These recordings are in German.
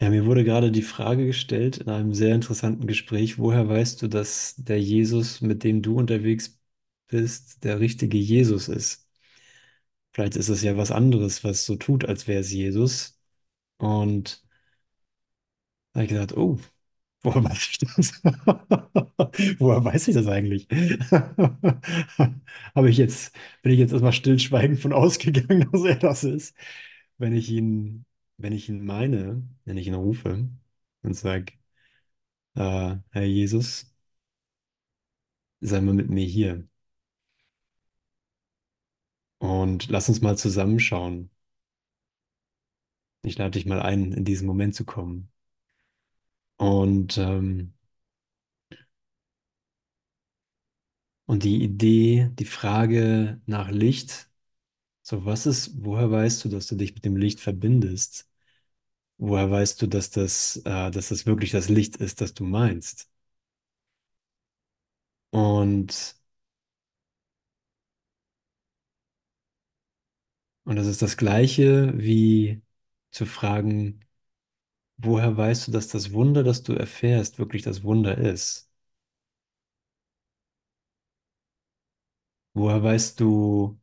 Ja, mir wurde gerade die Frage gestellt in einem sehr interessanten Gespräch, woher weißt du, dass der Jesus, mit dem du unterwegs bist, der richtige Jesus ist? Vielleicht ist es ja was anderes, was so tut, als wäre es Jesus. Und da habe ich gedacht, oh, woher weiß ich das? Woher weiß ich das eigentlich? Bin ich jetzt erstmal stillschweigend von ausgegangen, dass er das ist, wenn ich ihn, wenn ich ihn meine, wenn ich ihn rufe und sage, Herr Jesus, sei mal mit mir hier und lass uns mal zusammenschauen. Ich lade dich mal ein, in diesen Moment zu kommen. Und, ähm, und die Idee, die Frage nach Licht, so woher weißt du, dass du dich mit dem Licht verbindest? Woher weißt du, dass das wirklich das Licht ist, das du meinst? Und, und das ist das Gleiche wie zu fragen, woher weißt du, dass das Wunder, das du erfährst, wirklich das Wunder ist? Woher weißt du,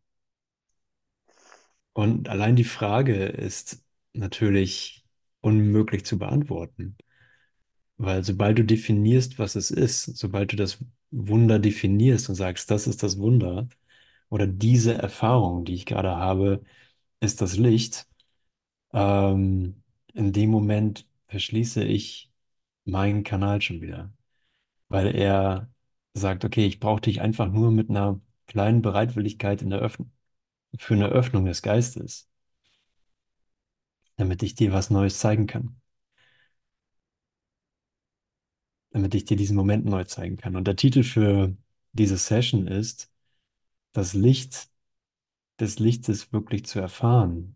und allein die Frage ist natürlich unmöglich zu beantworten, weil sobald du definierst, was es ist, sobald du das Wunder definierst und sagst, das ist das Wunder oder diese Erfahrung, die ich gerade habe, ist das Licht, in dem Moment verschließe ich meinen Kanal schon wieder, weil er sagt, okay, ich brauche dich einfach nur mit einer kleinen Bereitwilligkeit für eine Öffnung des Geistes, damit ich dir was Neues zeigen kann, damit ich dir diesen Moment neu zeigen kann. Und der Titel für diese Session ist, das Licht des Lichtes wirklich zu erfahren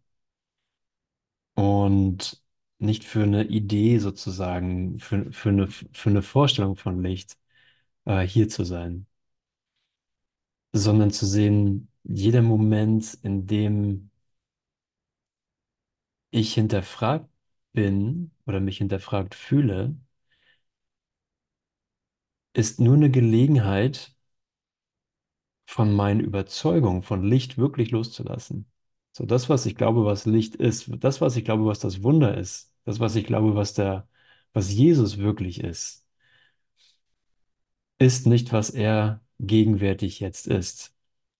und nicht für eine Idee sozusagen, für eine Vorstellung von Licht hier zu sein, sondern zu sehen, jeder Moment, in dem ich hinterfragt bin oder mich hinterfragt fühle, ist nur eine Gelegenheit, von meinen Überzeugungen von Licht wirklich loszulassen. So das, was ich glaube, was Licht ist, das, was ich glaube, was das Wunder ist, das, was ich glaube, was Jesus wirklich ist nicht, was er gegenwärtig jetzt ist.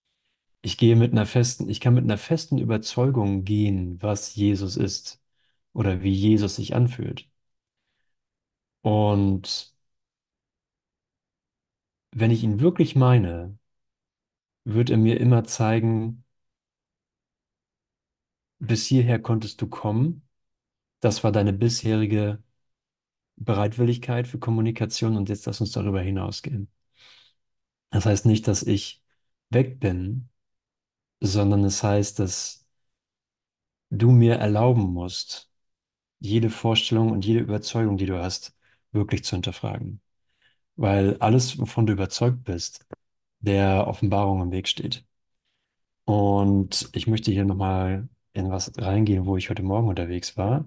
Ich kann mit einer festen Überzeugung gehen, was Jesus ist oder wie Jesus sich anfühlt. Und wenn ich ihn wirklich meine, wird er mir immer zeigen, bis hierher konntest du kommen. Das war deine bisherige Bereitwilligkeit für Kommunikation und jetzt lass uns darüber hinausgehen. Das heißt nicht, dass ich weg bin, sondern es heißt, dass du mir erlauben musst, jede Vorstellung und jede Überzeugung, die du hast, wirklich zu hinterfragen. Weil alles, wovon du überzeugt bist, der Offenbarung im Weg steht. Und ich möchte hier nochmal in was reingehen, wo ich heute Morgen unterwegs war.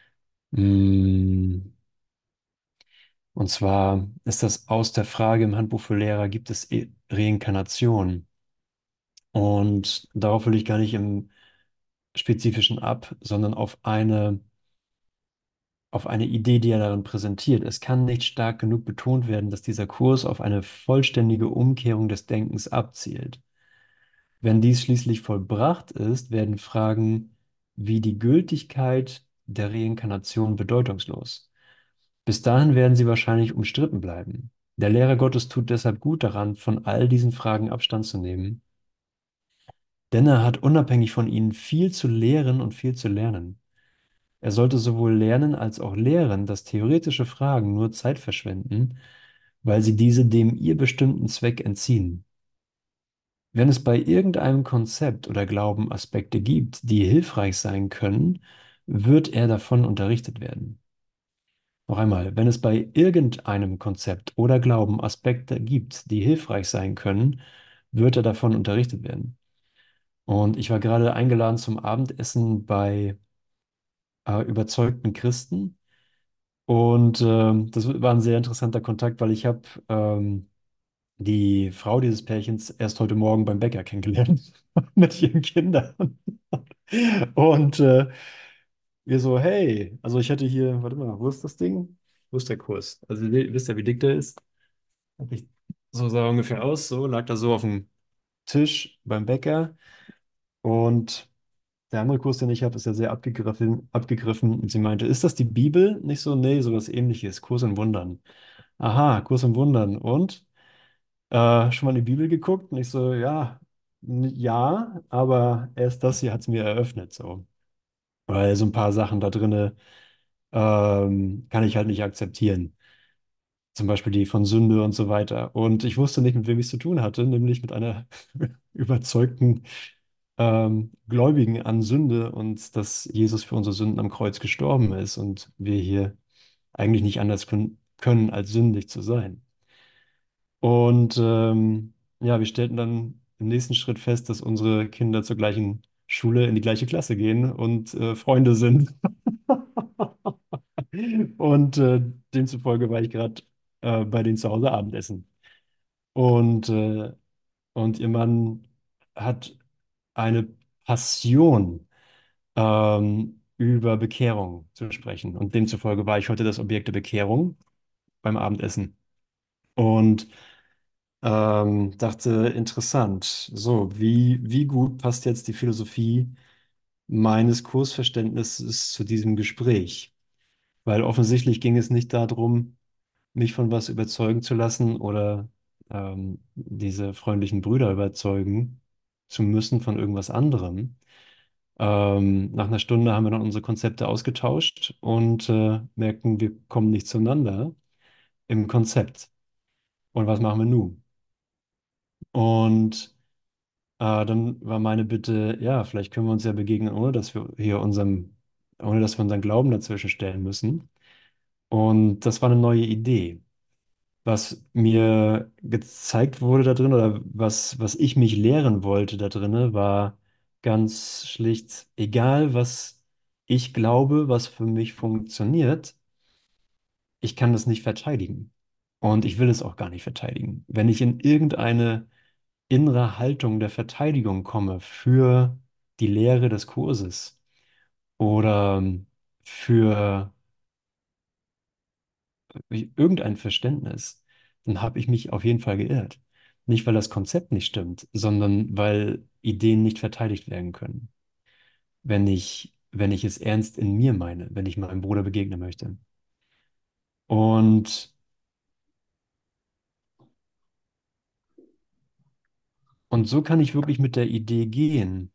Mm, Und zwar ist das aus der Frage im Handbuch für Lehrer, gibt es Reinkarnation? Und darauf will ich gar nicht im Spezifischen ab, sondern auf eine Idee, die er darin präsentiert. Es kann nicht stark genug betont werden, dass dieser Kurs auf eine vollständige Umkehrung des Denkens abzielt. Wenn dies schließlich vollbracht ist, werden Fragen wie die Gültigkeit der Reinkarnation bedeutungslos. Bis dahin werden sie wahrscheinlich umstritten bleiben. Der Lehrer Gottes tut deshalb gut daran, von all diesen Fragen Abstand zu nehmen, denn er hat unabhängig von ihnen viel zu lehren und viel zu lernen. Er sollte sowohl lernen als auch lehren, dass theoretische Fragen nur Zeit verschwenden, weil sie diese dem ihr bestimmten Zweck entziehen. Wenn es bei irgendeinem Konzept oder Glauben Aspekte gibt, die hilfreich sein können, wird er davon unterrichtet werden. Noch einmal, wenn es bei irgendeinem Konzept oder Glauben Aspekte gibt, die hilfreich sein können, wird er davon unterrichtet werden. Und ich war gerade eingeladen zum Abendessen bei überzeugten Christen Und das war ein sehr interessanter Kontakt, weil ich habe die Frau dieses Pärchens erst heute Morgen beim Bäcker kennengelernt mit ihren Kindern. Und wir so, hey, also ich hatte hier, warte mal, wo ist das Ding? Wo ist der Kurs? Also ihr wisst ja, wie dick der ist. Hab ich, so sah er ungefähr aus, so lag da so auf dem Tisch beim Bäcker. Und der andere Kurs, den ich habe, ist ja sehr abgegriffen. Und sie meinte, ist das die Bibel? Nicht so, nee, sowas ähnliches. Kurs in Wundern. Aha, Kurs in Wundern. Und schon mal in die Bibel geguckt? Und ich so, ja, ja, aber erst das hier hat es mir eröffnet, so. Weil so ein paar Sachen da drinne kann ich halt nicht akzeptieren. Zum Beispiel die von Sünde und so weiter. Und ich wusste nicht, mit wem ich es zu tun hatte, nämlich mit einer überzeugten Gläubigen an Sünde und dass Jesus für unsere Sünden am Kreuz gestorben ist und wir hier eigentlich nicht anders können, als sündig zu sein. Und ja, wir stellten dann im nächsten Schritt fest, dass unsere Kinder zur gleichen Schule in die gleiche Klasse gehen und Freunde sind. Und demzufolge war ich gerade bei denen zu Hause Abendessen. Und, äh, und ihr Mann hat eine Passion, über Bekehrung zu sprechen. Und demzufolge war ich heute das Objekt der Bekehrung beim Abendessen. Und dachte, interessant. So, wie gut passt jetzt die Philosophie meines Kursverständnisses zu diesem Gespräch? Weil offensichtlich ging es nicht darum, mich von was überzeugen zu lassen oder diese freundlichen Brüder überzeugen zu müssen von irgendwas anderem. Nach einer Stunde haben wir dann unsere Konzepte ausgetauscht und merkten, wir kommen nicht zueinander im Konzept. Und was machen wir nun? Und dann war meine Bitte, ja, vielleicht können wir uns ja begegnen, ohne dass wir unseren Glauben dazwischen stellen müssen. Und das war eine neue Idee. Was mir gezeigt wurde da drin oder was ich mich lehren wollte da drin, war ganz schlicht, egal was ich glaube, was für mich funktioniert, ich kann das nicht verteidigen. Und ich will es auch gar nicht verteidigen. Wenn ich in irgendeine innere Haltung der Verteidigung komme für die Lehre des Kurses oder für irgendein Verständnis, dann habe ich mich auf jeden Fall geirrt. Nicht, weil das Konzept nicht stimmt, sondern weil Ideen nicht verteidigt werden können, wenn ich es ernst in mir meine, wenn ich meinem Bruder begegnen möchte. Und, und so kann ich wirklich mit der Idee gehen,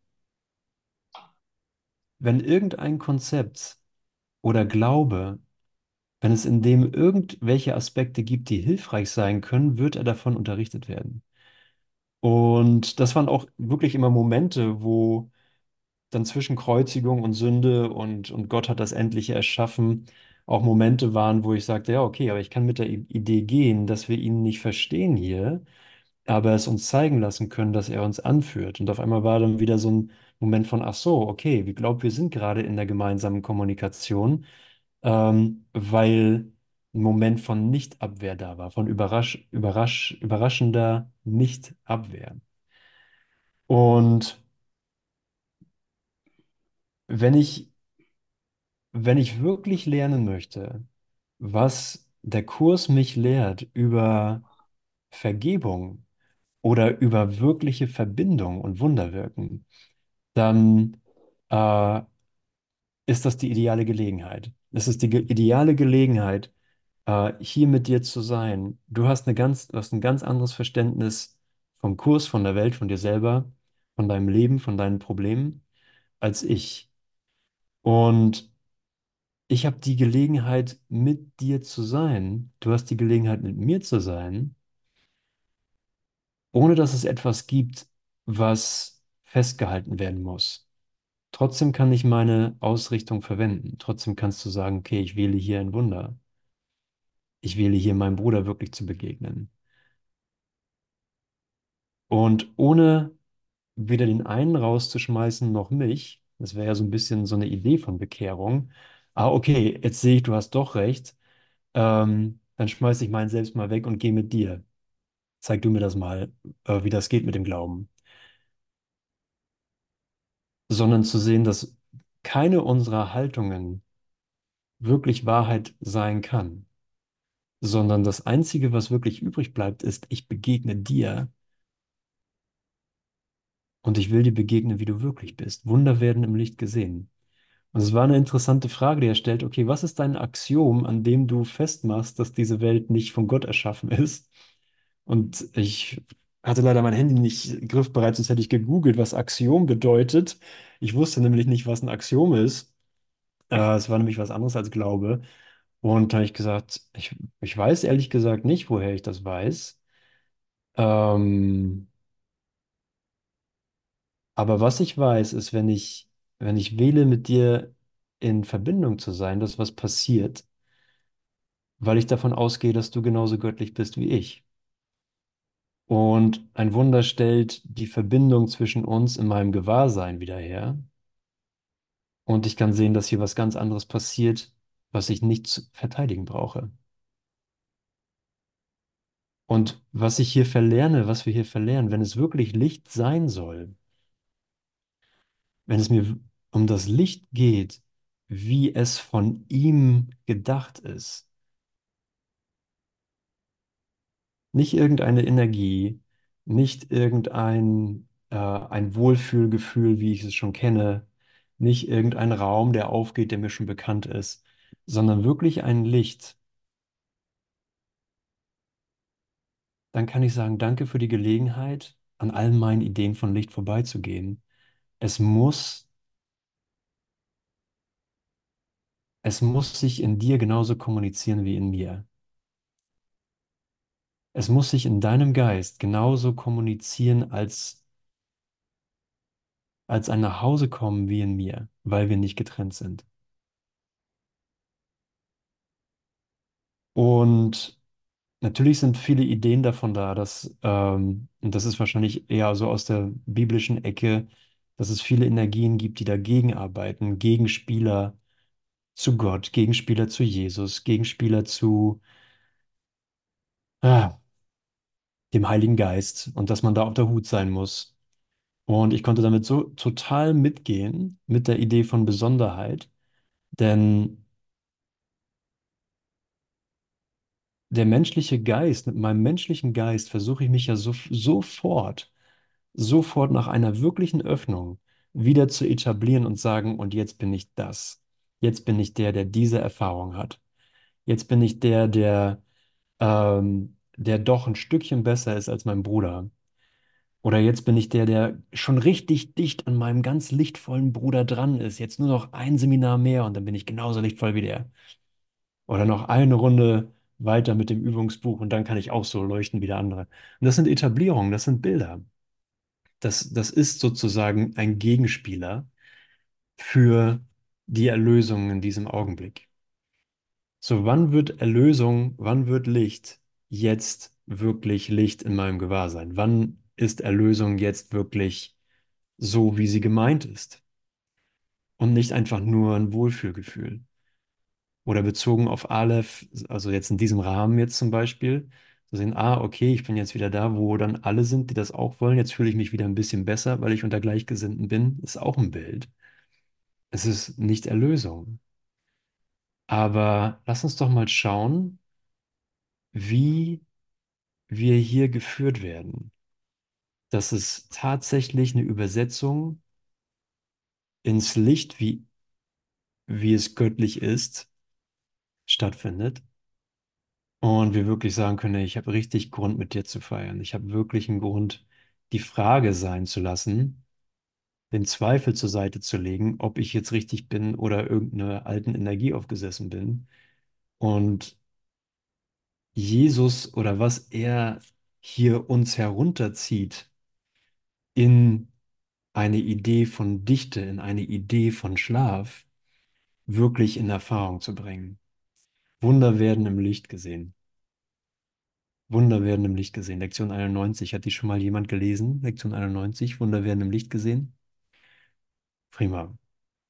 wenn irgendein Konzept oder Glaube, wenn es in dem irgendwelche Aspekte gibt, die hilfreich sein können, wird er davon unterrichtet werden. Und das waren auch wirklich immer Momente, wo dann zwischen Kreuzigung und Sünde und Gott hat das Endliche erschaffen, auch Momente waren, wo ich sagte, ja, okay, aber ich kann mit der Idee gehen, dass wir ihn nicht verstehen hier, aber es uns zeigen lassen können, dass er uns anführt. Und auf einmal war dann wieder so ein Moment von, ach so, okay, wir glauben, wir sind gerade in der gemeinsamen Kommunikation, weil ein Moment von Nichtabwehr da war, von überraschender Nichtabwehr. Und wenn ich Wenn ich wirklich lernen möchte, was der Kurs mich lehrt über Vergebung oder über wirkliche Verbindung und Wunderwirken, dann äh, ist das die ideale Gelegenheit. Es ist die ideale Gelegenheit, hier mit dir zu sein. Du hast ein ganz anderes Verständnis vom Kurs, von der Welt, von dir selber, von deinem Leben, von deinen Problemen als ich. Und ich habe die Gelegenheit, mit dir zu sein. Du hast die Gelegenheit, mit mir zu sein, ohne dass es etwas gibt, was festgehalten werden muss. Trotzdem kann ich meine Ausrichtung verwenden. Trotzdem kannst du sagen, okay, ich wähle hier ein Wunder. Ich wähle hier meinem Bruder wirklich zu begegnen. Und ohne weder den einen rauszuschmeißen noch mich, das wäre ja so ein bisschen so eine Idee von Bekehrung, Ah, okay, jetzt sehe ich, du hast doch recht. Dann schmeiß ich meinen selbst mal weg und gehe mit dir. Zeig du mir das mal, wie das geht mit dem Glauben. Sondern zu sehen, dass keine unserer Haltungen wirklich Wahrheit sein kann, sondern das Einzige, was wirklich übrig bleibt, ist, ich begegne dir und ich will dir begegnen, wie du wirklich bist. Wunder werden im Licht gesehen. Und es war eine interessante Frage, die er stellt. Okay, was ist dein Axiom, an dem du festmachst, dass diese Welt nicht von Gott erschaffen ist? Und ich hatte leider mein Handy nicht griffbereit, sonst hätte ich gegoogelt, was Axiom bedeutet. Ich wusste nämlich nicht, was ein Axiom ist. Es war nämlich was anderes als Glaube. Und da habe ich gesagt, ich weiß ehrlich gesagt nicht, woher ich das weiß. Ähm, aber was ich weiß, ist, wenn ich wähle, mit dir in Verbindung zu sein, dass was passiert, weil ich davon ausgehe, dass du genauso göttlich bist wie ich. Und ein Wunder stellt die Verbindung zwischen uns in meinem Gewahrsein wieder her. Und ich kann sehen, dass hier was ganz anderes passiert, was ich nicht zu verteidigen brauche. Und was ich hier verlerne, was wir hier verlernen, wenn es wirklich Licht sein soll, wenn es mir um das Licht geht, wie es von ihm gedacht ist, nicht irgendeine Energie, nicht irgendein ein Wohlfühlgefühl, wie ich es schon kenne, nicht irgendein Raum, der aufgeht, der mir schon bekannt ist, sondern wirklich ein Licht, dann kann ich sagen, danke für die Gelegenheit, an allen meinen Ideen von Licht vorbeizugehen. Es muss, es muss sich in dir genauso kommunizieren wie in mir. Es muss sich in deinem Geist genauso kommunizieren als ein Nachhausekommen wie in mir, weil wir nicht getrennt sind. Und natürlich sind viele Ideen davon da, und das ist wahrscheinlich eher so aus der biblischen Ecke, dass es viele Energien gibt, die dagegen arbeiten, Gegenspieler zu Gott, Gegenspieler zu Jesus, Gegenspieler zu ah, dem Heiligen Geist und dass man da auf der Hut sein muss. Und ich konnte damit so total mitgehen mit der Idee von Besonderheit, denn der menschliche Geist, mit meinem menschlichen Geist versuche ich mich ja sofort nach einer wirklichen Öffnung wieder zu etablieren und sagen, und jetzt bin ich das. Jetzt bin ich der, der diese Erfahrung hat. Jetzt bin ich der doch ein Stückchen besser ist als mein Bruder. Oder jetzt bin ich der, der schon richtig dicht an meinem ganz lichtvollen Bruder dran ist. Jetzt nur noch ein Seminar mehr und dann bin ich genauso lichtvoll wie der. Oder noch eine Runde weiter mit dem Übungsbuch und dann kann ich auch so leuchten wie der andere. Und das sind Etablierungen, das sind Bilder. Das ist sozusagen ein Gegenspieler für die Erlösung in diesem Augenblick. So, wann wird Erlösung, wann wird Licht jetzt wirklich Licht in meinem Gewahrsein? Wann ist Erlösung jetzt wirklich so, wie sie gemeint ist und nicht einfach nur ein Wohlfühlgefühl? Oder bezogen auf Aleph, also jetzt in diesem Rahmen jetzt zum Beispiel, zu sehen, ah, okay, ich bin jetzt wieder da, wo dann alle sind, die das auch wollen. Jetzt fühle ich mich wieder ein bisschen besser, weil ich unter Gleichgesinnten bin. Ist auch ein Bild. Es ist nicht Erlösung. Aber lass uns doch mal schauen, wie wir hier geführt werden. Dass es tatsächlich eine Übersetzung ins Licht, wie es göttlich ist, stattfindet. Und wir wirklich sagen können, ich habe richtig Grund, mit dir zu feiern. Ich habe wirklich einen Grund, die Frage sein zu lassen, den Zweifel zur Seite zu legen, ob ich jetzt richtig bin oder irgendeiner alten Energie aufgesessen bin. Und Jesus oder was er hier uns herunterzieht in eine Idee von Dichte, in eine Idee von Schlaf, wirklich in Erfahrung zu bringen. Wunder werden im Licht gesehen. Wunder werden im Licht gesehen. Lektion 91. Hat die schon mal jemand gelesen? Lektion 91. Wunder werden im Licht gesehen. Prima.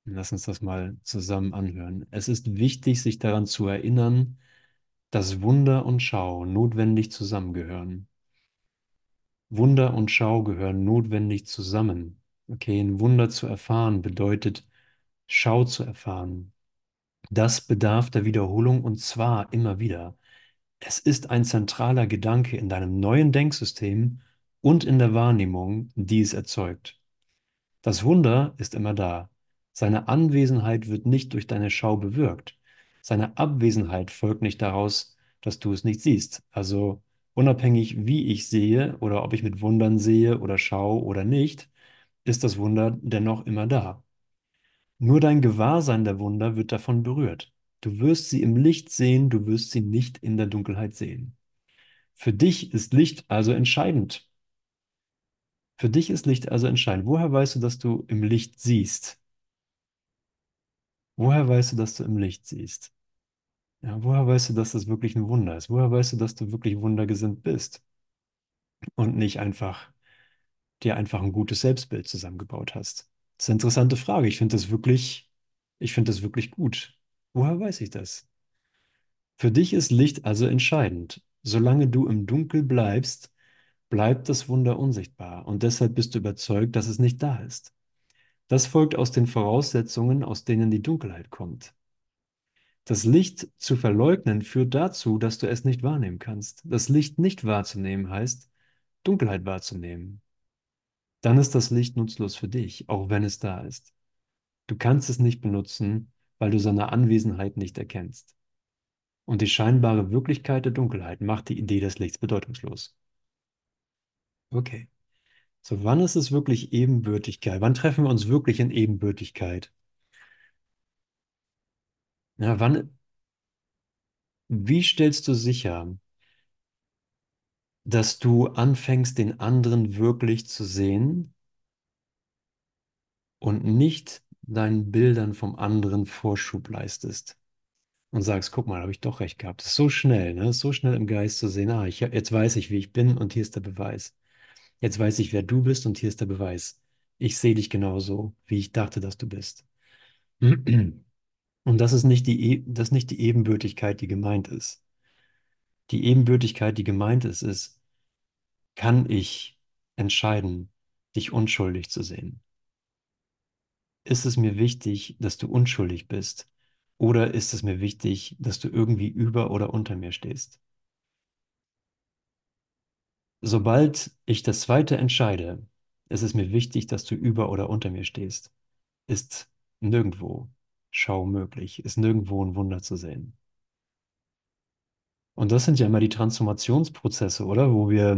Lass uns das mal zusammen anhören. Es ist wichtig, sich daran zu erinnern, dass Wunder und Schau notwendig zusammengehören. Wunder und Schau gehören notwendig zusammen. Okay, ein Wunder zu erfahren bedeutet, Schau zu erfahren. Das bedarf der Wiederholung und zwar immer wieder. Es ist ein zentraler Gedanke in deinem neuen Denksystem und in der Wahrnehmung, die es erzeugt. Das Wunder ist immer da. Seine Anwesenheit wird nicht durch deine Schau bewirkt. Seine Abwesenheit folgt nicht daraus, dass du es nicht siehst. Also unabhängig, wie ich sehe oder ob ich mit Wundern sehe oder schaue oder nicht, ist das Wunder dennoch immer da. Nur dein Gewahrsein der Wunder wird davon berührt. Du wirst sie im Licht sehen, du wirst sie nicht in der Dunkelheit sehen. Für dich ist Licht also entscheidend. Für dich ist Licht also entscheidend. Woher weißt du, dass du im Licht siehst? Woher weißt du, dass du im Licht siehst? Ja, woher weißt du, dass das wirklich ein Wunder ist? Woher weißt du, dass du wirklich wundergesinnt bist und nicht einfach dir einfach ein gutes Selbstbild zusammengebaut hast? Das ist eine interessante Frage. Ich finde das wirklich gut. Woher weiß ich das? Für dich ist Licht also entscheidend. Solange du im Dunkel bleibst, bleibt das Wunder unsichtbar und deshalb bist du überzeugt, dass es nicht da ist. Das folgt aus den Voraussetzungen, aus denen die Dunkelheit kommt. Das Licht zu verleugnen führt dazu, dass du es nicht wahrnehmen kannst. Das Licht nicht wahrzunehmen heißt, Dunkelheit wahrzunehmen. Dann ist das Licht nutzlos für dich, auch wenn es da ist. Du kannst es nicht benutzen, weil du seine Anwesenheit nicht erkennst. Und die scheinbare Wirklichkeit der Dunkelheit macht die Idee des Lichts bedeutungslos. Okay. So, wann ist es wirklich Ebenbürtigkeit? Wann treffen wir uns wirklich in Ebenbürtigkeit? Ja, wie stellst du sicher, dass du anfängst, den anderen wirklich zu sehen und nicht deinen Bildern vom anderen Vorschub leistest und sagst, guck mal, habe ich doch recht gehabt. Das ist so schnell, ne? So schnell im Geist zu sehen, jetzt weiß ich, wie ich bin und hier ist der Beweis. Jetzt weiß ich, wer du bist und hier ist der Beweis. Ich sehe dich genauso, wie ich dachte, dass du bist. Und das ist nicht die Ebenbürtigkeit, die gemeint ist. Die Ebenbürtigkeit, die gemeint ist, ist, kann ich entscheiden, dich unschuldig zu sehen? Ist es mir wichtig, dass du unschuldig bist? Oder ist es mir wichtig, dass du irgendwie über oder unter mir stehst? Sobald ich das Zweite entscheide, ist es mir wichtig, dass du über oder unter mir stehst, ist nirgendwo Schau möglich, ist nirgendwo ein Wunder zu sehen. Und das sind ja immer die Transformationsprozesse, oder?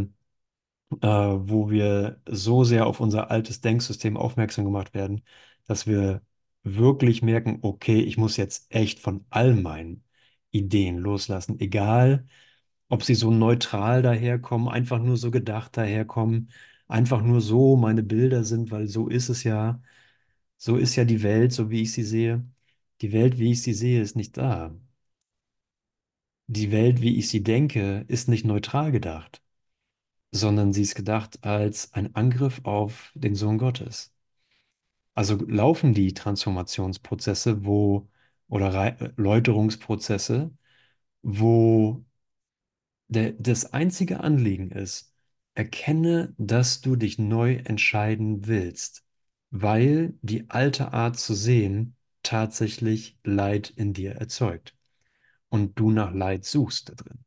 Wo wir so sehr auf unser altes Denksystem aufmerksam gemacht werden, dass wir wirklich merken, okay, ich muss jetzt echt von all meinen Ideen loslassen, egal ob sie so neutral daherkommen, einfach nur so gedacht daherkommen, einfach nur so meine Bilder sind, weil so ist es ja, so ist ja die Welt, so wie ich sie sehe. Die Welt, wie ich sie sehe, ist nicht da. Die Welt, wie ich sie denke, ist nicht neutral gedacht, sondern sie ist gedacht als ein Angriff auf den Sohn Gottes. Also laufen die Transformationsprozesse, oder Läuterungsprozesse, wo das einzige Anliegen ist, erkenne, dass du dich neu entscheiden willst, weil die alte Art zu sehen tatsächlich Leid in dir erzeugt und du nach Leid suchst da drin.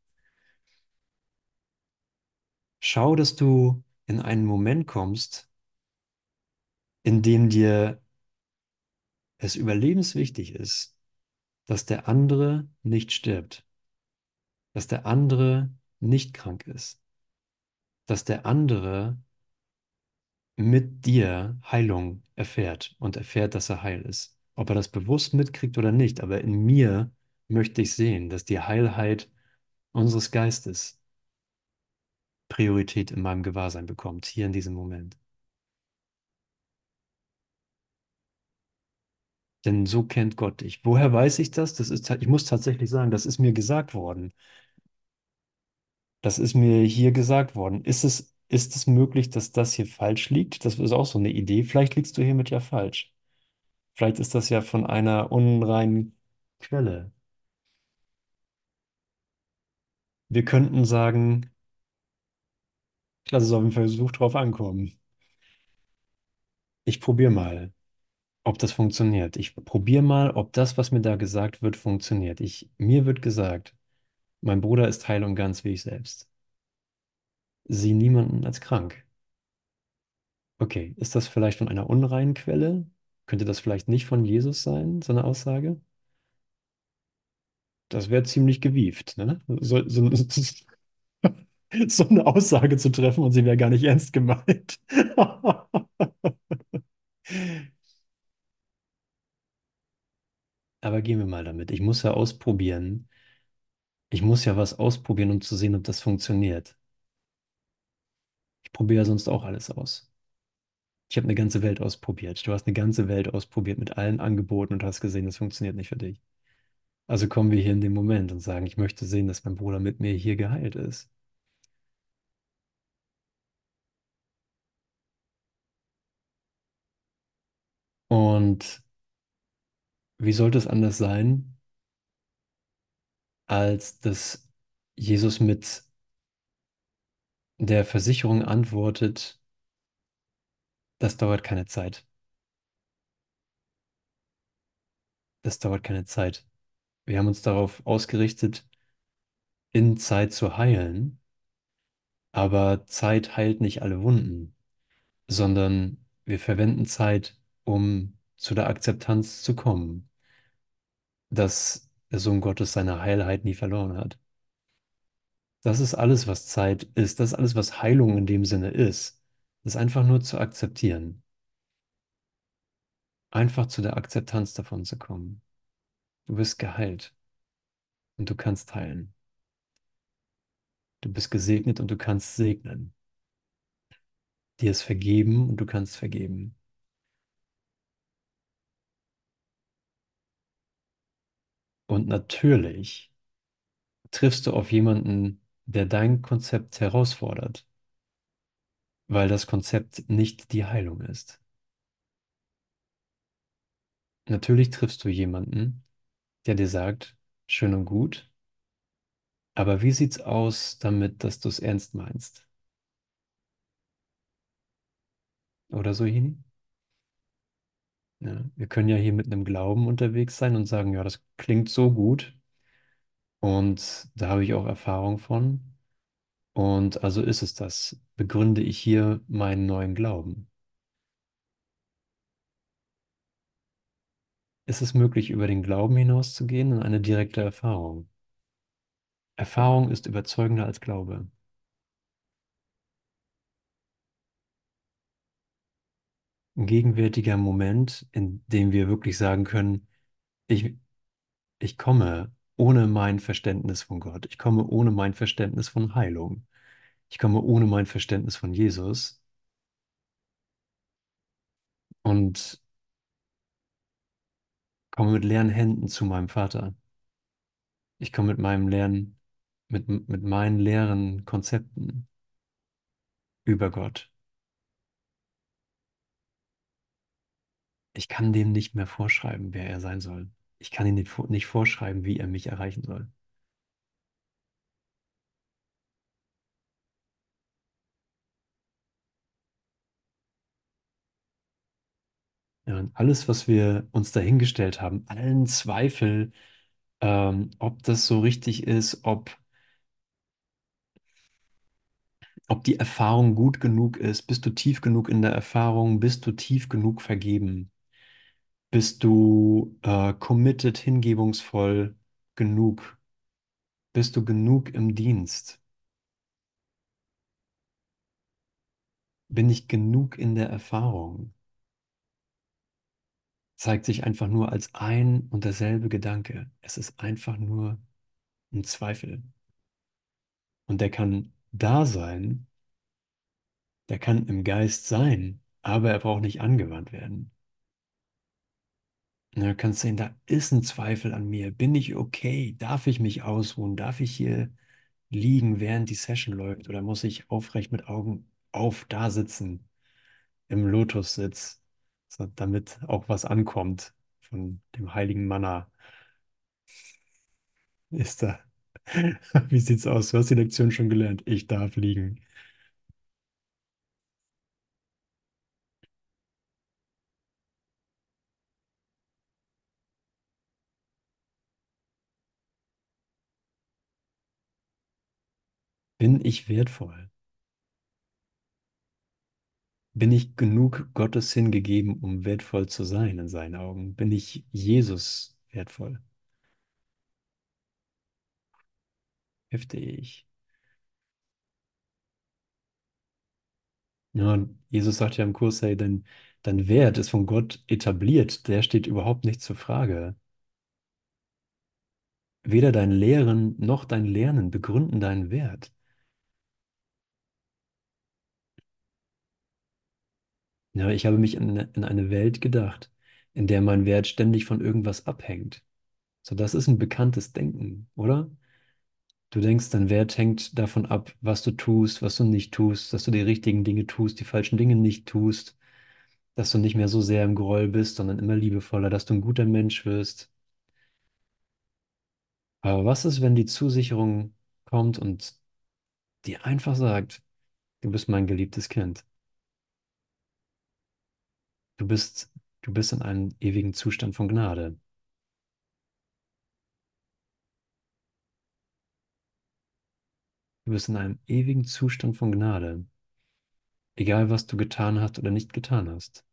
Schau, dass du in einen Moment kommst, in dem dir es überlebenswichtig ist, dass der andere nicht stirbt, dass der andere nicht krank ist, dass der andere mit dir Heilung erfährt und erfährt, dass er heil ist. Ob er das bewusst mitkriegt oder nicht, aber in mir möchte ich sehen, dass die Heilheit unseres Geistes Priorität in meinem Gewahrsein bekommt, hier in diesem Moment. Denn so kennt Gott dich. Woher weiß ich das? Ich muss tatsächlich sagen, das ist mir gesagt worden. Das ist mir hier gesagt worden. Ist es möglich, dass das hier falsch liegt? Das ist auch so eine Idee. Vielleicht liegst du hiermit ja falsch. Vielleicht ist das ja von einer unreinen Quelle. Wir könnten sagen, ich lasse es auf den Versuch drauf ankommen. Ich probiere mal, ob das funktioniert. Ich probiere mal, ob das, was mir da gesagt wird, funktioniert. Mir wird gesagt, mein Bruder ist heil und ganz wie ich selbst. Sieh niemanden als krank. Okay, ist das vielleicht von einer unreinen Quelle? Könnte das vielleicht nicht von Jesus sein, so eine Aussage? Das wäre ziemlich gewieft, ne? So eine Aussage zu treffen und sie wäre gar nicht ernst gemeint. Aber gehen wir mal damit. Ich muss ja ausprobieren. Ich muss ja was ausprobieren, um zu sehen, ob das funktioniert. Ich probiere ja sonst auch alles aus. Ich habe eine ganze Welt ausprobiert. Du hast eine ganze Welt ausprobiert mit allen Angeboten und hast gesehen, das funktioniert nicht für dich. Also kommen wir hier in den Moment und sagen, ich möchte sehen, dass mein Bruder mit mir hier geheilt ist. Und wie sollte es anders sein, als dass Jesus mit der Versicherung antwortet, das dauert keine Zeit. Das dauert keine Zeit. Wir haben uns darauf ausgerichtet, in Zeit zu heilen, aber Zeit heilt nicht alle Wunden, sondern wir verwenden Zeit, um zu der Akzeptanz zu kommen, dass der Sohn Gottes seine Heilheit nie verloren hat. Das ist alles, was Zeit ist. Das ist alles, was Heilung in dem Sinne ist. Das ist einfach nur zu akzeptieren. Einfach zu der Akzeptanz davon zu kommen. Du bist geheilt und du kannst heilen. Du bist gesegnet und du kannst segnen. Dir ist vergeben und du kannst vergeben. Und natürlich triffst du auf jemanden, der dein Konzept herausfordert, weil das Konzept nicht die Heilung ist. Natürlich triffst du jemanden, der dir sagt, schön und gut, aber wie sieht's aus damit, dass du es ernst meinst? Oder so, Jini? Ja, wir können ja hier mit einem Glauben unterwegs sein und sagen, ja, das klingt so gut und da habe ich auch Erfahrung von und also ist es das. Begründe ich hier meinen neuen Glauben? Ist es möglich, über den Glauben hinauszugehen in eine direkte Erfahrung? Erfahrung ist überzeugender als Glaube. Ein gegenwärtiger Moment, in dem wir wirklich sagen können, ich, ich komme ohne mein Verständnis von Gott. Ich komme ohne mein Verständnis von Heilung. Ich komme ohne mein Verständnis von Jesus und komme mit leeren Händen zu meinem Vater. Ich komme mit meinem mit meinen leeren Konzepten über Gott. Ich kann dem nicht mehr vorschreiben, wer er sein soll. Ich kann ihm nicht vorschreiben, wie er mich erreichen soll. Ja, und alles, was wir uns dahingestellt haben, allen Zweifel, ob das so richtig ist, ob die Erfahrung gut genug ist, bist du tief genug in der Erfahrung, bist du tief genug vergeben, bist du committed, hingebungsvoll genug, bist du genug im Dienst, bin ich genug in der Erfahrung, zeigt sich einfach nur als ein und derselbe Gedanke. Es ist einfach nur ein Zweifel. Und der kann da sein, der kann im Geist sein, aber er braucht nicht angewandt werden. Und du kannst sehen, da ist ein Zweifel an mir. Bin ich okay? Darf ich mich ausruhen? Darf ich hier liegen, während die Session läuft? Oder muss ich aufrecht mit Augen auf da sitzen, im Lotussitz, so, damit auch was ankommt von dem heiligen Manna. Ist da. Wie sieht's aus? Du hast die Lektion schon gelernt. Ich darf liegen. Bin ich wertvoll? Bin ich genug Gottes hingegeben, um wertvoll zu sein in seinen Augen? Bin ich Jesus wertvoll? Heftig. Ja, und Jesus sagt ja im Kurs, hey, dein Wert ist von Gott etabliert. Der steht überhaupt nicht zur Frage. Weder dein Lehren noch dein Lernen begründen deinen Wert. Ja, ich habe mich in eine Welt gedacht, in der mein Wert ständig von irgendwas abhängt. So, das ist ein bekanntes Denken, oder? Du denkst, dein Wert hängt davon ab, was du tust, was du nicht tust, dass du die richtigen Dinge tust, die falschen Dinge nicht tust, dass du nicht mehr so sehr im Groll bist, sondern immer liebevoller, dass du ein guter Mensch wirst. Aber was ist, wenn die Zusicherung kommt und dir einfach sagt, du bist mein geliebtes Kind. Du bist, du bist in einem ewigen Zustand von Gnade. Du bist in einem ewigen Zustand von Gnade. Egal, was du getan hast oder nicht getan hast.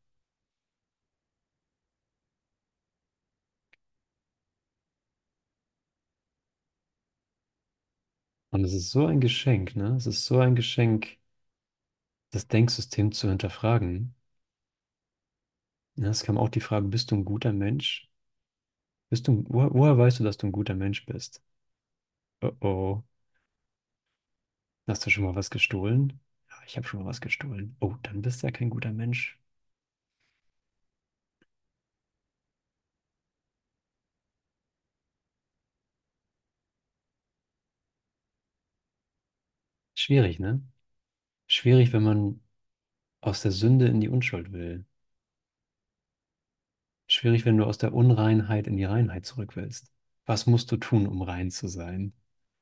Und es ist so ein Geschenk, ne? Es ist so ein Geschenk, das Denksystem zu hinterfragen. Ja, es kam auch die Frage, bist du ein guter Mensch? Woher weißt du, dass du ein guter Mensch bist? Oh oh. Hast du schon mal was gestohlen? Ja, ich habe schon mal was gestohlen. Oh, dann bist du ja kein guter Mensch. Schwierig, ne? Schwierig, wenn man aus der Sünde in die Unschuld will. Schwierig, wenn du aus der Unreinheit in die Reinheit zurück willst. Was musst du tun, um rein zu sein?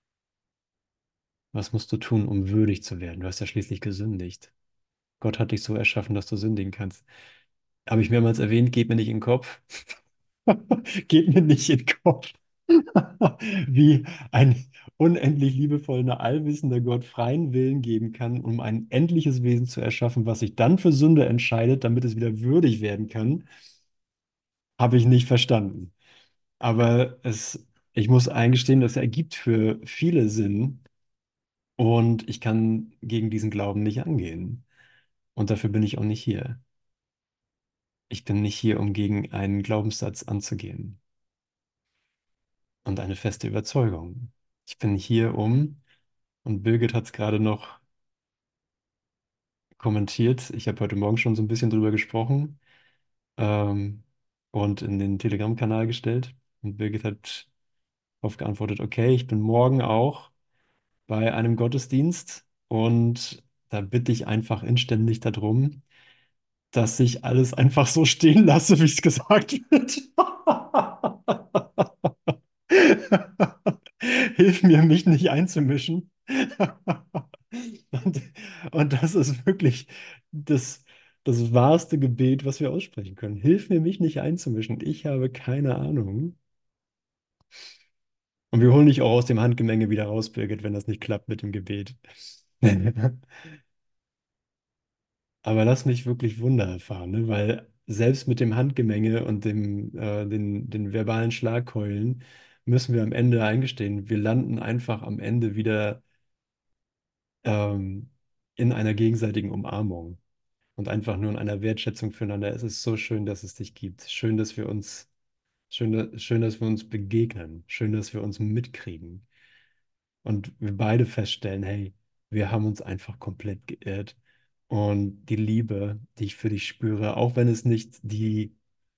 Was musst du tun, um würdig zu werden? Du hast ja schließlich gesündigt. Gott hat dich so erschaffen, dass du sündigen kannst. Habe ich mehrmals erwähnt, geht mir nicht in den Kopf. Geht mir nicht in den Kopf. Wie ein unendlich liebevoller, allwissender Gott freien Willen geben kann, um ein endliches Wesen zu erschaffen, was sich dann für Sünde entscheidet, damit es wieder würdig werden kann, habe ich nicht verstanden. Aber ich muss eingestehen, das ergibt für viele Sinn und ich kann gegen diesen Glauben nicht angehen. Und dafür bin ich auch nicht hier. Ich bin nicht hier, um gegen einen Glaubenssatz anzugehen und eine feste Überzeugung. Ich bin hier, und Birgit hat es gerade noch kommentiert, ich habe heute Morgen schon so ein bisschen drüber gesprochen ähm, und in den Telegram-Kanal gestellt. Und Birgit hat darauf geantwortet, okay, ich bin morgen auch bei einem Gottesdienst und da bitte ich einfach inständig darum, dass ich alles einfach so stehen lasse, wie es gesagt wird. Hilf mir, mich nicht einzumischen. Und, und das ist wirklich das wahrste Gebet, was wir aussprechen können. Hilf mir, mich nicht einzumischen. Ich habe keine Ahnung. Und wir holen dich auch aus dem Handgemenge wieder raus, Birgit, wenn das nicht klappt mit dem Gebet. Aber lass mich wirklich Wunder erfahren, ne? Weil selbst mit dem Handgemenge und den verbalen Schlagkeulen müssen wir am Ende eingestehen, wir landen einfach am Ende wieder ähm, in einer gegenseitigen Umarmung und einfach nur in einer Wertschätzung füreinander. Es ist so schön, dass es dich gibt. Schön, dass wir uns begegnen. Schön, dass wir uns mitkriegen. Und wir beide feststellen, hey, wir haben uns einfach komplett geirrt. Und die Liebe, die ich für dich spüre, auch wenn es nicht die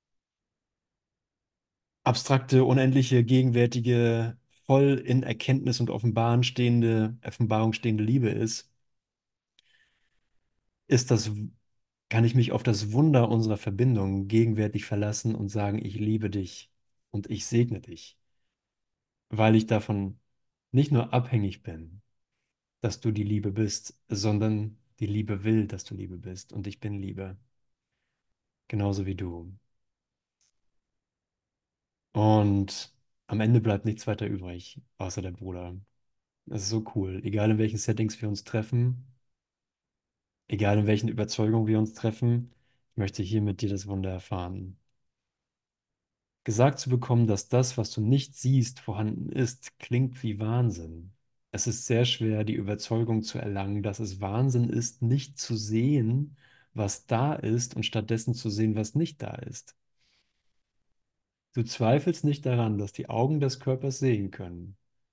abstrakte, unendliche, gegenwärtige, voll in Erkenntnis und Offenbarung stehende Liebe ist, ist das kann ich mich auf das Wunder unserer Verbindung gegenwärtig verlassen und sagen, ich liebe dich und ich segne dich, weil ich davon nicht nur abhängig bin, dass du die Liebe bist, sondern die Liebe will, dass du Liebe bist und ich bin Liebe, genauso wie du. Und am Ende bleibt nichts weiter übrig, außer der Bruder. Das ist so cool. Egal in welchen Settings wir uns treffen, egal in welchen Überzeugungen wir uns treffen, ich möchte hier mit dir das Wunder erfahren. Gesagt zu bekommen, dass das, was du nicht siehst, vorhanden ist, klingt wie Wahnsinn. Es ist sehr schwer, die Überzeugung zu erlangen, dass es Wahnsinn ist, nicht zu sehen, was da ist und stattdessen zu sehen, was nicht da ist. Du zweifelst nicht daran, dass die Augen des Körpers sehen können.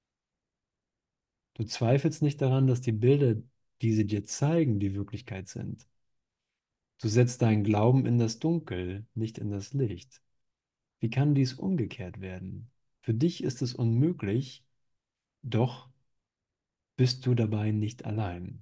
Du zweifelst nicht daran, dass die Bilder, die sie dir zeigen, die Wirklichkeit sind. Du setzt deinen Glauben in das Dunkel, nicht in das Licht. Wie kann dies umgekehrt werden? Für dich ist es unmöglich, doch bist du dabei nicht allein.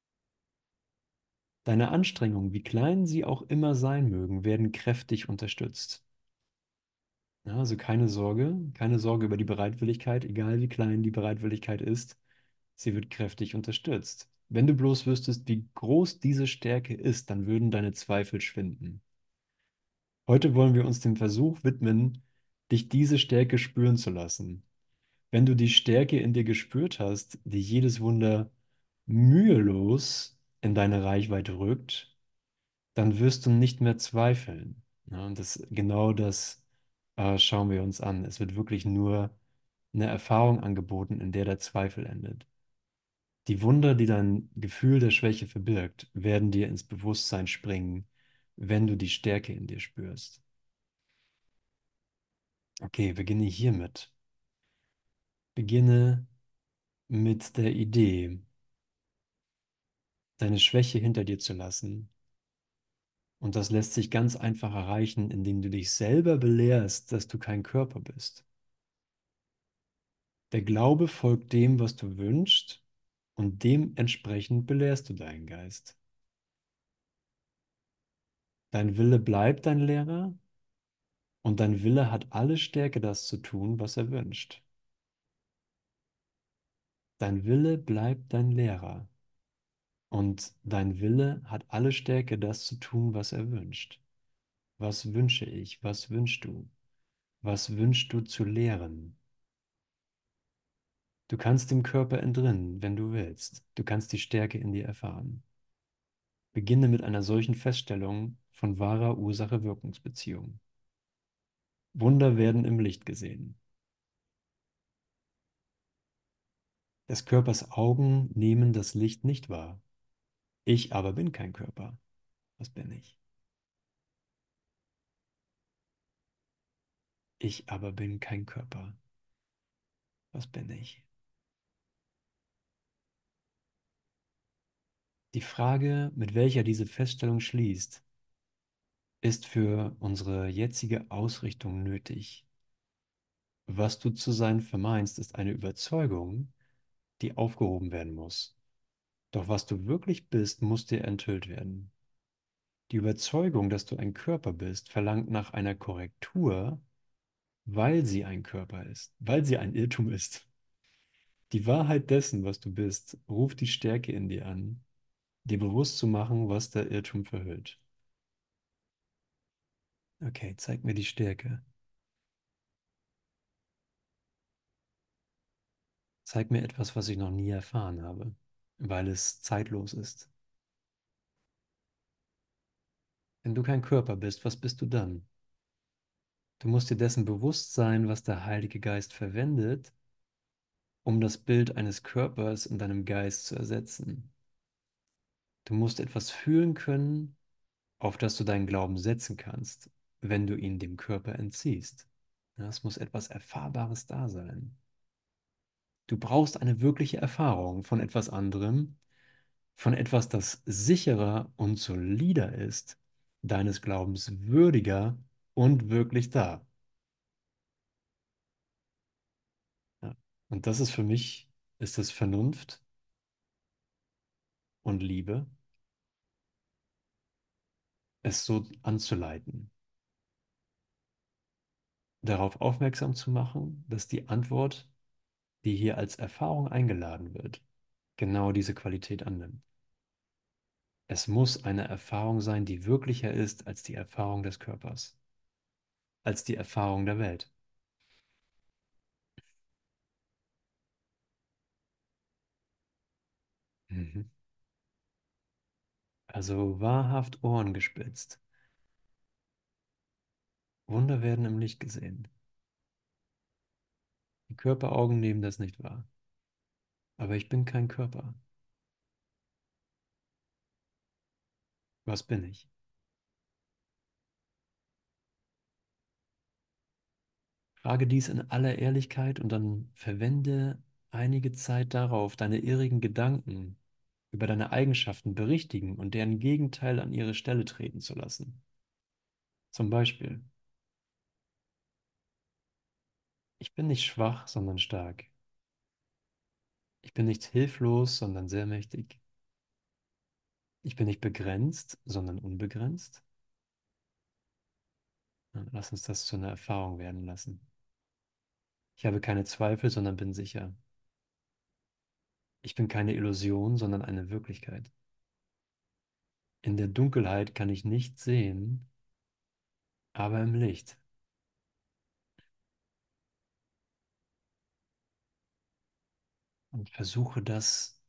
Deine Anstrengungen, wie klein sie auch immer sein mögen, werden kräftig unterstützt. Ja, also keine Sorge über die Bereitwilligkeit, egal wie klein die Bereitwilligkeit ist, sie wird kräftig unterstützt. Wenn du bloß wüsstest, wie groß diese Stärke ist, dann würden deine Zweifel schwinden. Heute wollen wir uns dem Versuch widmen, dich diese Stärke spüren zu lassen. Wenn du die Stärke in dir gespürt hast, die jedes Wunder mühelos in deine Reichweite rückt, dann wirst du nicht mehr zweifeln. Ja, und genau das schauen wir uns an. Es wird wirklich nur eine Erfahrung angeboten, in der der Zweifel endet. Die Wunder, die dein Gefühl der Schwäche verbirgt, werden dir ins Bewusstsein springen, wenn du die Stärke in dir spürst. Okay, beginne hiermit. Beginne mit der Idee, deine Schwäche hinter dir zu lassen. Und das lässt sich ganz einfach erreichen, indem du dich selber belehrst, dass du kein Körper bist. Der Glaube folgt dem, was du wünschst, und dementsprechend belehrst du deinen Geist. Dein Wille bleibt dein Lehrer und dein Wille hat alle Stärke, das zu tun, was er wünscht. Dein Wille bleibt dein Lehrer und dein Wille hat alle Stärke, das zu tun, was er wünscht. Was wünsche ich? Was wünschst du? Was wünschst du zu lehren? Du kannst dem Körper entrinnen, wenn du willst. Du kannst die Stärke in dir erfahren. Beginne mit einer solchen Feststellung von wahrer Ursache-Wirkungsbeziehung. Wunder werden im Licht gesehen. Des Körpers Augen nehmen das Licht nicht wahr. Ich aber bin kein Körper. Was bin ich? Ich aber bin kein Körper. Was bin ich? Die Frage, mit welcher diese Feststellung schließt, ist für unsere jetzige Ausrichtung nötig. Was du zu sein vermeinst, ist eine Überzeugung, die aufgehoben werden muss. Doch was du wirklich bist, muss dir enthüllt werden. Die Überzeugung, dass du ein Körper bist, verlangt nach einer Korrektur, weil sie ein Körper ist, weil sie ein Irrtum ist. Die Wahrheit dessen, was du bist, ruft die Stärke in dir an, dir bewusst zu machen, was der Irrtum verhüllt. Okay, zeig mir die Stärke. Zeig mir etwas, was ich noch nie erfahren habe, weil es zeitlos ist. Wenn du kein Körper bist, was bist du dann? Du musst dir dessen bewusst sein, was der Heilige Geist verwendet, um das Bild eines Körpers in deinem Geist zu ersetzen. Du musst etwas fühlen können, auf das du deinen Glauben setzen kannst, wenn du ihn dem Körper entziehst. Ja, es muss etwas Erfahrbares da sein. Du brauchst eine wirkliche Erfahrung von etwas anderem, von etwas, das sicherer und solider ist, deines Glaubens würdiger und wirklich da. Ja. Und das ist für mich, ist es Vernunft und Liebe. es so anzuleiten, darauf aufmerksam zu machen, dass die Antwort, die hier als Erfahrung eingeladen wird, genau diese Qualität annimmt. Es muss eine Erfahrung sein, die wirklicher ist als die Erfahrung des Körpers, als die Erfahrung der Welt. Mhm. Also wahrhaft Ohren gespitzt. Wunder werden im Licht gesehen. Die Körperaugen nehmen das nicht wahr. Aber ich bin kein Körper. Was bin ich? Frage dies in aller Ehrlichkeit und dann verwende einige Zeit darauf, deine irrigen Gedanken über deine Eigenschaften berichtigen und deren Gegenteil an ihre Stelle treten zu lassen. Zum Beispiel, ich bin nicht schwach, sondern stark. Ich bin nicht hilflos, sondern sehr mächtig. Ich bin nicht begrenzt, sondern unbegrenzt. Ja, lass uns das zu einer Erfahrung werden lassen. Ich habe keine Zweifel, sondern bin sicher. Ich bin keine Illusion, sondern eine Wirklichkeit. In der Dunkelheit kann ich nicht sehen, aber im Licht. Und versuche das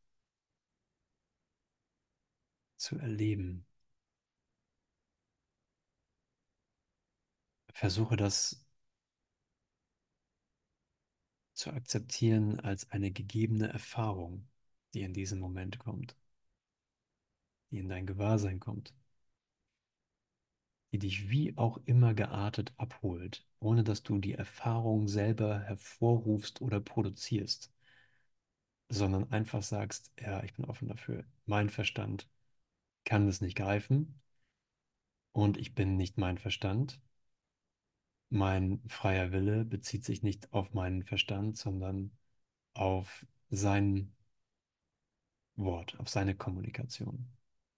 zu erleben. Versuche das zu akzeptieren als eine gegebene Erfahrung, die in diesem Moment kommt, die in dein Gewahrsein kommt, die dich wie auch immer geartet abholt, ohne dass du die Erfahrung selber hervorrufst oder produzierst, sondern einfach sagst, ja, ich bin offen dafür. Mein Verstand kann es nicht greifen und ich bin nicht mein Verstand. Mein freier Wille bezieht sich nicht auf meinen Verstand, sondern auf sein Wort, auf seine Kommunikation,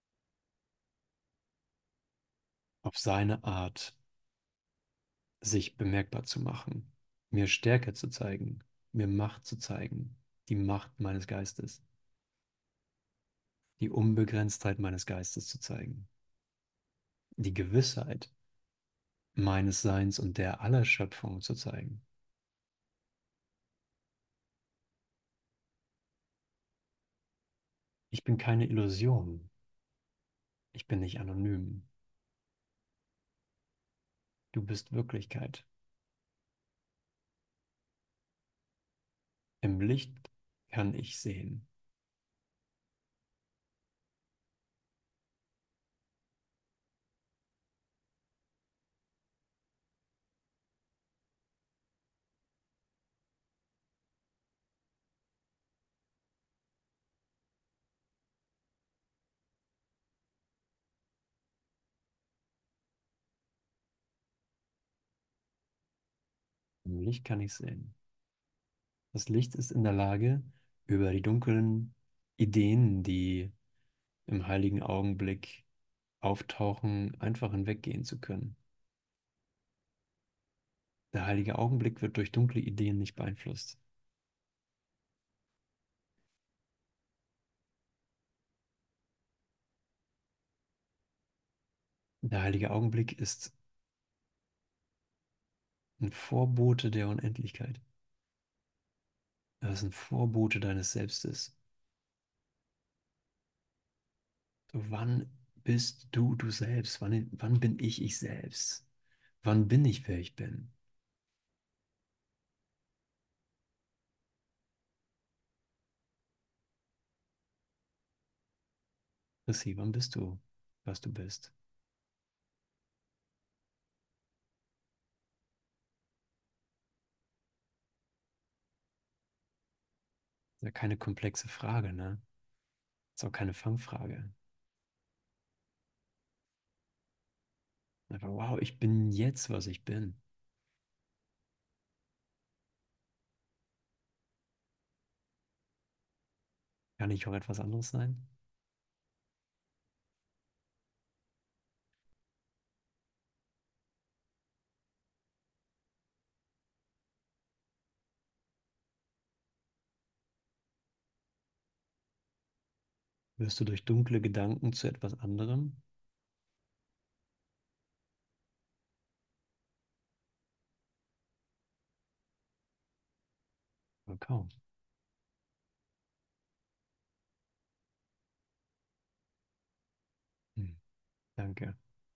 auf seine Art, sich bemerkbar zu machen, mir Stärke zu zeigen, mir Macht zu zeigen, die Macht meines Geistes, die Unbegrenztheit meines Geistes zu zeigen, die Gewissheit meines Seins und der aller Schöpfung zu zeigen. Ich bin keine Illusion. Ich bin nicht anonym. Du bist Wirklichkeit. Im Licht kann ich sehen. Im Licht kann ich sehen. Das Licht ist in der Lage, über die dunklen Ideen, die im heiligen Augenblick auftauchen, einfach hinweggehen zu können. Der heilige Augenblick wird durch dunkle Ideen nicht beeinflusst. Der heilige Augenblick ist ein Vorbote der Unendlichkeit. Er ist ein Vorbote deines Selbstes. So, wann bist du du selbst? Wann bin ich selbst? Wann bin ich, wer ich bin? Chrissy, wann bist du, was du bist? Ist ja keine komplexe Frage, ne? Ist auch keine Fangfrage. Einfach, wow, ich bin jetzt, was ich bin. Kann ich auch etwas anderes sein? Wirst du durch dunkle Gedanken zu etwas anderem? Wohl kaum. Hm, danke.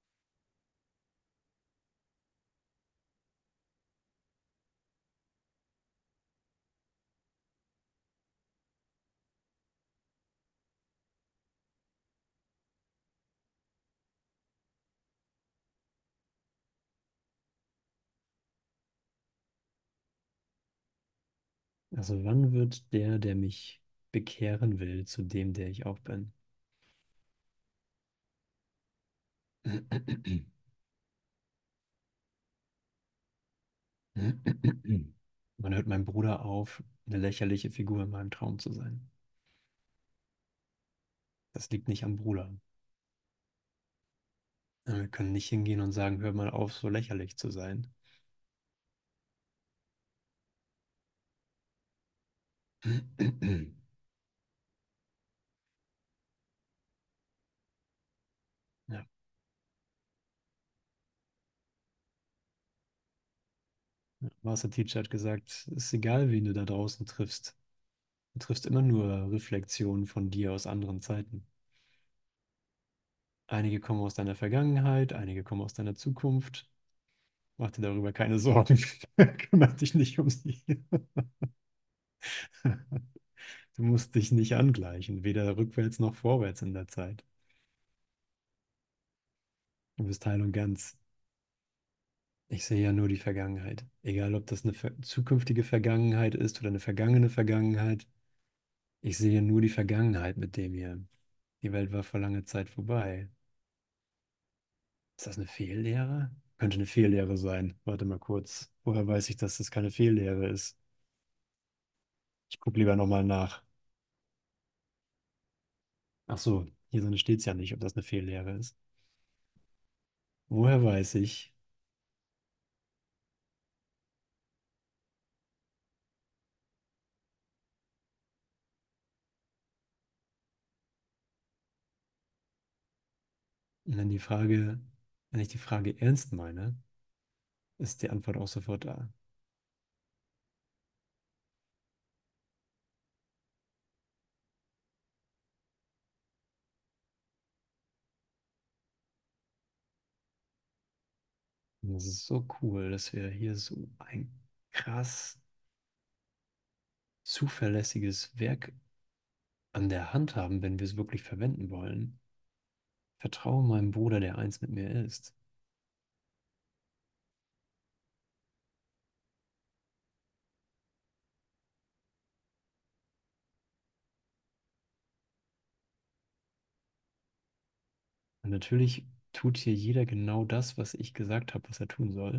Also wann wird der, der mich bekehren will, zu dem, der ich auch bin? Wann hört mein Bruder auf, eine lächerliche Figur in meinem Traum zu sein? Das liegt nicht am Bruder. Wir können nicht hingehen und sagen, hör mal auf, so lächerlich zu sein. Ja. Master Teacher hat gesagt, es ist egal, wen du da draußen triffst. Du triffst immer nur Reflexionen von dir aus anderen Zeiten. Einige kommen aus deiner Vergangenheit, einige kommen aus deiner Zukunft. Mach dir darüber keine Sorgen. Kümmere dich nicht um sie. Du musst dich nicht angleichen, weder rückwärts noch vorwärts in der Zeit. Du bist heil und ganz. Ich sehe ja nur die Vergangenheit. Egal, ob das eine zukünftige Vergangenheit ist oder eine vergangene Vergangenheit. Ich sehe nur die Vergangenheit mit dem hier. Die Welt war vor langer Zeit vorbei. Ist das eine Fehllehre? Könnte eine Fehllehre sein. Warte mal kurz. Woher weiß ich, dass das keine Fehllehre ist? Ich gucke lieber nochmal nach. Ach so, hier drin steht es ja nicht, ob das eine Fehllehre ist. Woher weiß ich? Und wenn wenn ich die Frage ernst meine, ist die Antwort auch sofort da. Und das ist so cool, dass wir hier so ein krass zuverlässiges Werk an der Hand haben, wenn wir es wirklich verwenden wollen. Vertraue meinem Bruder, der eins mit mir ist. Und natürlich tut hier jeder genau das, was ich gesagt habe, was er tun soll.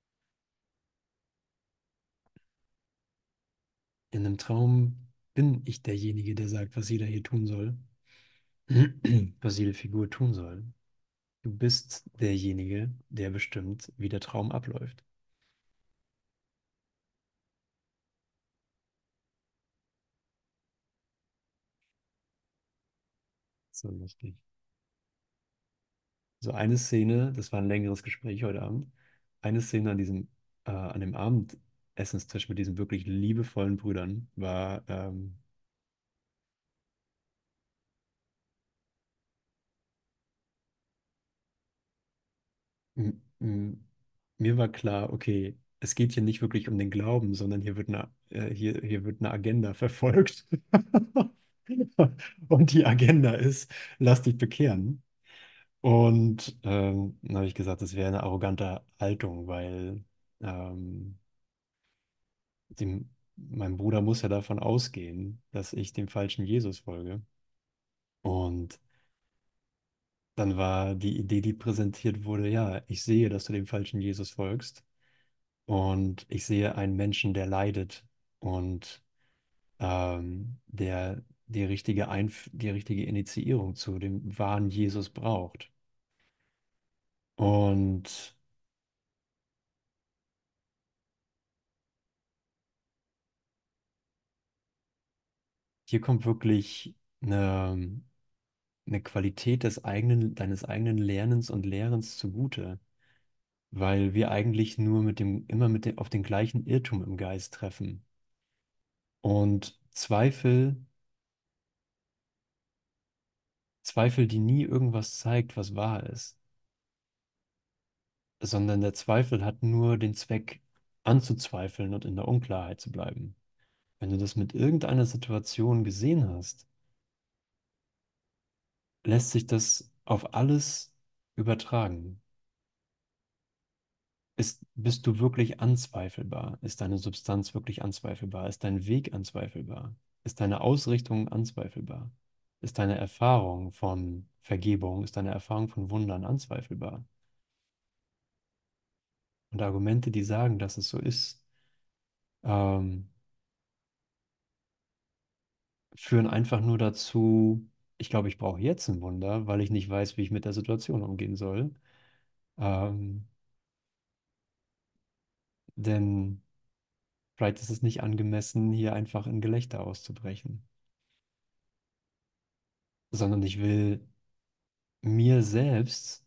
In einem Traum bin ich derjenige, der sagt, was jeder hier tun soll, was jede Figur tun soll. Du bist derjenige, der bestimmt, wie der Traum abläuft. So lustig. So eine Szene, das war ein längeres Gespräch heute Abend, eine Szene an dem Abendessenstisch mit diesen wirklich liebevollen Brüdern war, mir war klar, okay, es geht hier nicht wirklich um den Glauben, sondern hier wird eine Agenda verfolgt. Und die Agenda ist, lass dich bekehren. Und dann habe ich gesagt, das wäre eine arrogante Haltung, weil ähm, mein Bruder muss ja davon ausgehen, dass ich dem falschen Jesus folge. Und dann war die Idee, die präsentiert wurde, ja, ich sehe, dass du dem falschen Jesus folgst. Und ich sehe einen Menschen, der leidet und der die richtige Initiierung zu dem wahren Jesus braucht. Und hier kommt wirklich eine eine Qualität deines eigenen Lernens und Lehrens zugute, weil wir eigentlich nur auf den gleichen Irrtum im Geist treffen. Und Zweifel, die nie irgendwas zeigt, was wahr ist, sondern der Zweifel hat nur den Zweck, anzuzweifeln und in der Unklarheit zu bleiben. Wenn du das mit irgendeiner Situation gesehen hast, lässt sich das auf alles übertragen. Bist du wirklich anzweifelbar? Ist deine Substanz wirklich anzweifelbar? Ist dein Weg anzweifelbar? Ist deine Ausrichtung anzweifelbar? Ist deine Erfahrung von Vergebung, ist deine Erfahrung von Wundern anzweifelbar? Und Argumente, die sagen, dass es so ist, ähm, führen einfach nur dazu, ich glaube, ich brauche jetzt ein Wunder, weil ich nicht weiß, wie ich mit der Situation umgehen soll. Ähm, denn vielleicht ist es nicht angemessen, hier einfach in Gelächter auszubrechen, sondern ich will mir selbst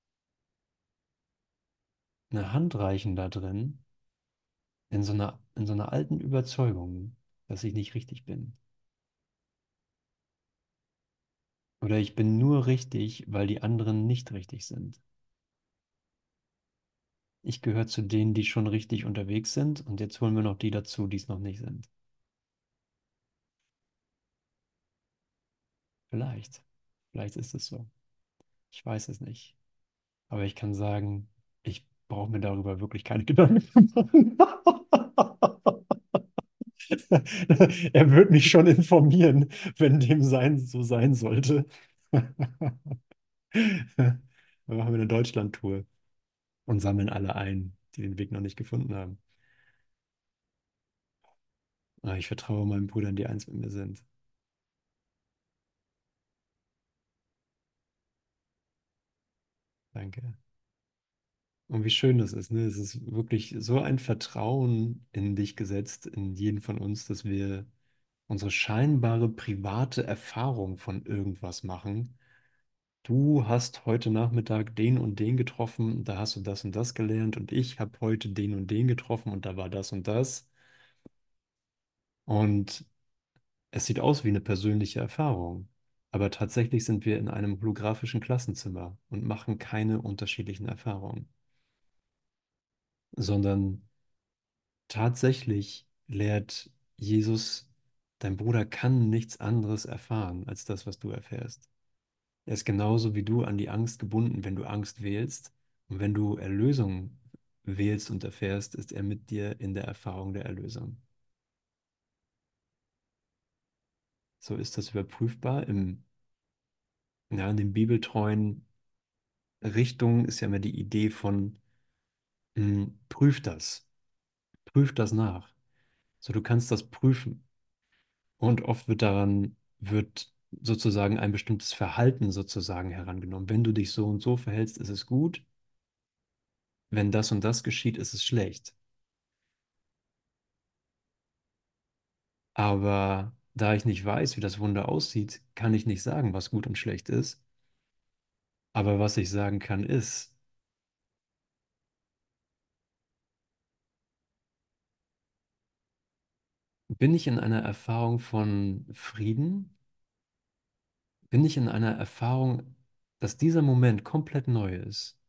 eine Hand reichen da drin, in so einer alten Überzeugung, dass ich nicht richtig bin. Oder ich bin nur richtig, weil die anderen nicht richtig sind. Ich gehöre zu denen, die schon richtig unterwegs sind und jetzt holen wir noch die dazu, die es noch nicht sind. Vielleicht. Vielleicht ist es so. Ich weiß es nicht. Aber ich kann sagen, ich brauche mir darüber wirklich keine Gedanken machen. Er wird mich schon informieren, wenn so sein sollte. Dann machen wir eine Deutschland-Tour und sammeln alle ein, die den Weg noch nicht gefunden haben. Aber ich vertraue meinen Brüdern, die eins mit mir sind. Danke. Und wie schön das ist, ne? Es ist wirklich so ein Vertrauen in dich gesetzt, in jeden von uns, dass wir unsere scheinbare private Erfahrung von irgendwas machen. Du hast heute Nachmittag den und den getroffen, da hast du das und das gelernt und ich habe heute den und den getroffen und da war das und das. Und es sieht aus wie eine persönliche Erfahrung. Aber tatsächlich sind wir in einem holographischen Klassenzimmer und machen keine unterschiedlichen Erfahrungen, sondern tatsächlich lehrt Jesus, dein Bruder kann nichts anderes erfahren als das, was du erfährst. Er ist genauso wie du an die Angst gebunden, wenn du Angst wählst. Und wenn du Erlösung wählst und erfährst, ist er mit dir in der Erfahrung der Erlösung. So ist das überprüfbar. Ja, in den bibeltreuen Richtungen ist ja immer die Idee von, prüf das nach. So, du kannst das prüfen. Und oft wird sozusagen ein bestimmtes Verhalten sozusagen herangenommen. Wenn du dich so und so verhältst, ist es gut. Wenn das und das geschieht, ist es schlecht. Aber da ich nicht weiß, wie das Wunder aussieht, kann ich nicht sagen, was gut und schlecht ist. Aber was ich sagen kann, ist, bin ich in einer Erfahrung von Frieden? Bin ich in einer Erfahrung, dass dieser Moment komplett neu ist?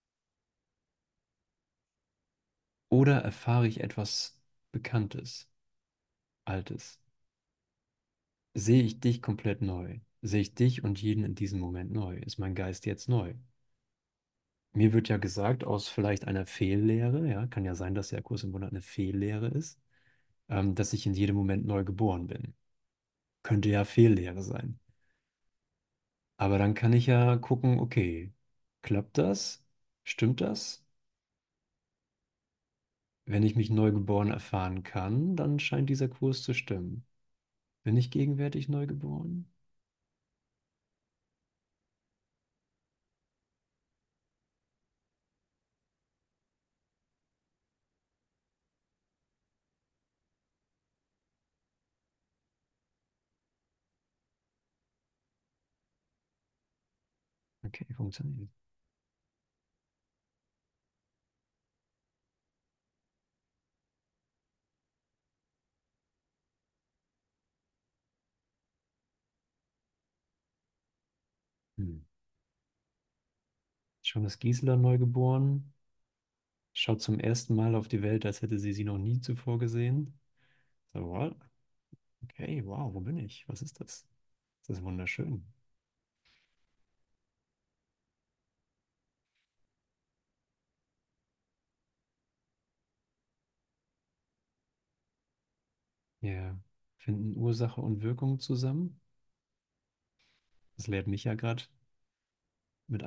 Oder erfahre ich etwas Bekanntes, Altes? Sehe ich dich komplett neu? Sehe ich dich und jeden in diesem Moment neu? Ist mein Geist jetzt neu? Mir wird ja gesagt, aus vielleicht einer Fehllehre, ja, kann ja sein, dass der Kurs im Wundern eine Fehllehre ist, dass ich in jedem Moment neu geboren bin. Könnte ja Fehllehre sein. Aber dann kann ich ja gucken, okay, klappt das? Stimmt das? Wenn ich mich neu geboren erfahren kann, dann scheint dieser Kurs zu stimmen. Bin ich gegenwärtig neu geboren? Okay, funktioniert. Hm. Schon ist Gisela neugeboren, schaut zum ersten Mal auf die Welt, als hätte sie sie noch nie zuvor gesehen. So, what? Okay, wow, wo bin ich? Was ist das? Das ist wunderschön. Ja, finden Ursache und Wirkung zusammen. Das lehrt mich ja gerade mit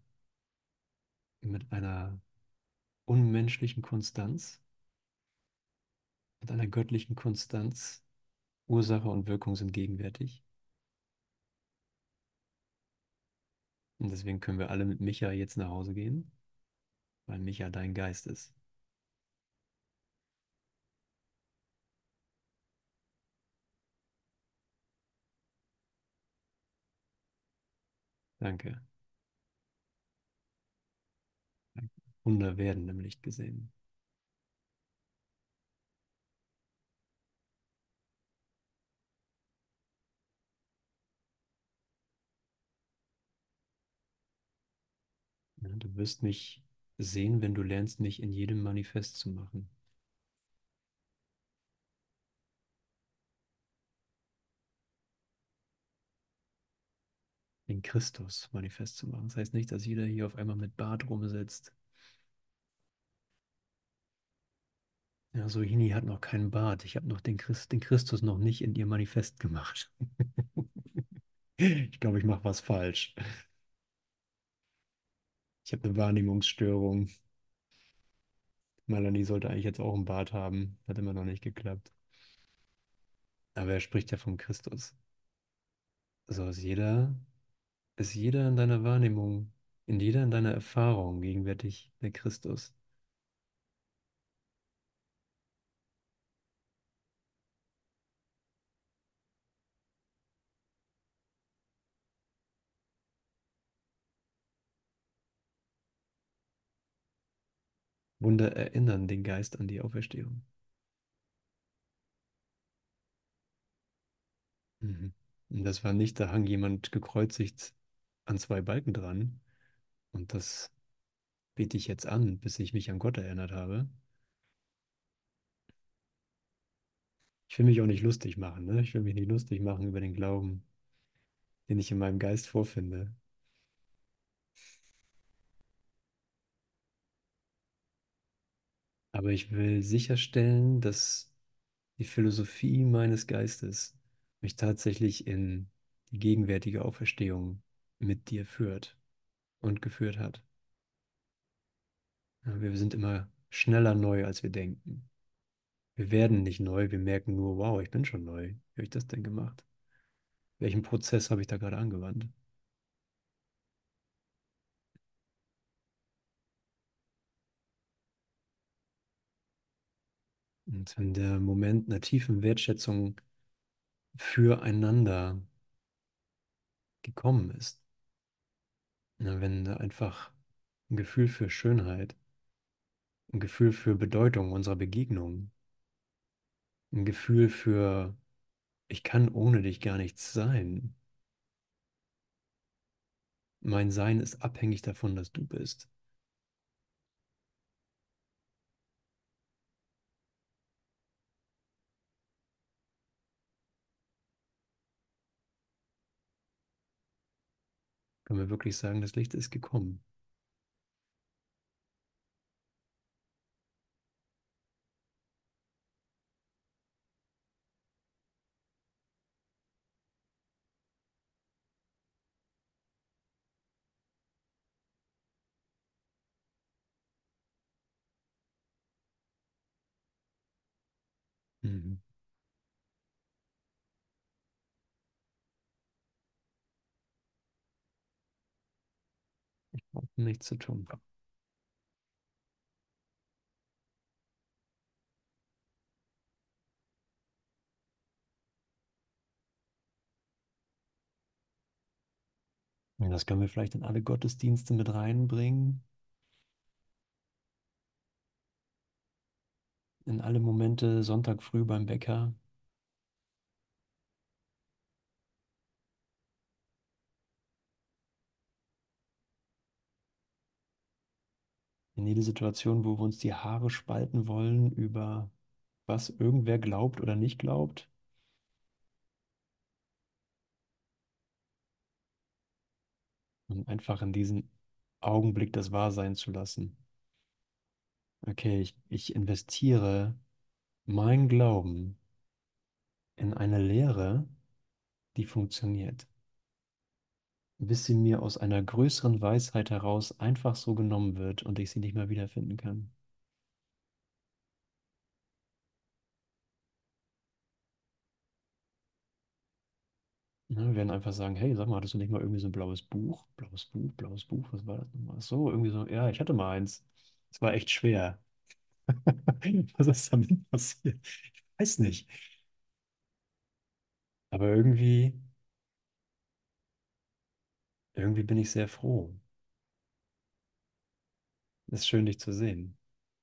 einer unmenschlichen Konstanz, mit einer göttlichen Konstanz. Ursache und Wirkung sind gegenwärtig. Und deswegen können wir alle mit Micha jetzt nach Hause gehen, weil Micha dein Geist ist. Danke. Wunder werden im Licht gesehen. Ja, du wirst mich sehen, wenn du lernst, mich in jedem Manifest zu machen. Den Christus manifest zu machen. Das heißt nicht, dass jeder hier auf einmal mit Bart rumsitzt. Ja, Sohini hat noch keinen Bart. Ich habe noch den Christus noch nicht in ihr Manifest gemacht. Ich glaube, ich mache was falsch. Ich habe eine Wahrnehmungsstörung. Melanie sollte eigentlich jetzt auch einen Bart haben. Hat immer noch nicht geklappt. Aber er spricht ja vom Christus. Also ist jeder in deiner Wahrnehmung, in jeder in deiner Erfahrung gegenwärtig der Christus. Wunder erinnern den Geist an die Auferstehung. Mhm. Und das war nicht, da hang jemand gekreuzigt an zwei Balken dran. Und das bete ich jetzt an, bis ich mich an Gott erinnert habe. Ich will mich auch nicht lustig machen, ne? Ich will mich nicht lustig machen über den Glauben, den ich in meinem Geist vorfinde. Aber ich will sicherstellen, dass die Philosophie meines Geistes mich tatsächlich in die gegenwärtige Auferstehung mit dir führt und geführt hat. Ja, wir sind immer schneller neu, als wir denken. Wir werden nicht neu, wir merken nur, wow, ich bin schon neu. Wie habe ich das denn gemacht? Welchen Prozess habe ich da gerade angewandt? Und wenn der Moment einer tiefen Wertschätzung füreinander gekommen ist, ne, wenn da einfach ein Gefühl für Schönheit, ein Gefühl für Bedeutung unserer Begegnung, ein Gefühl für, ich kann ohne dich gar nichts sein. Mein Sein ist abhängig davon, dass du bist. Können wir wirklich sagen, das Licht ist gekommen. Mhm. Hat nichts zu tun. Ja, das können wir vielleicht in alle Gottesdienste mit reinbringen, in alle Momente Sonntag früh beim Bäcker, in jede Situation, wo wir uns die Haare spalten wollen über was irgendwer glaubt oder nicht glaubt. Und einfach in diesem Augenblick das wahr sein zu lassen. Okay, ich investiere meinen Glauben in eine Lehre, die funktioniert, bis sie mir aus einer größeren Weisheit heraus einfach so genommen wird und ich sie nicht mehr wiederfinden kann. Ne, wir werden einfach sagen, hey, sag mal, hattest du nicht mal irgendwie so ein blaues Buch? Blaues Buch, blaues Buch, was war das nochmal? Ach so, irgendwie so, ja, ich hatte mal eins. Es war echt schwer. Was ist damit passiert? Ich weiß nicht. Aber irgendwie bin ich sehr froh. Es ist schön, dich zu sehen.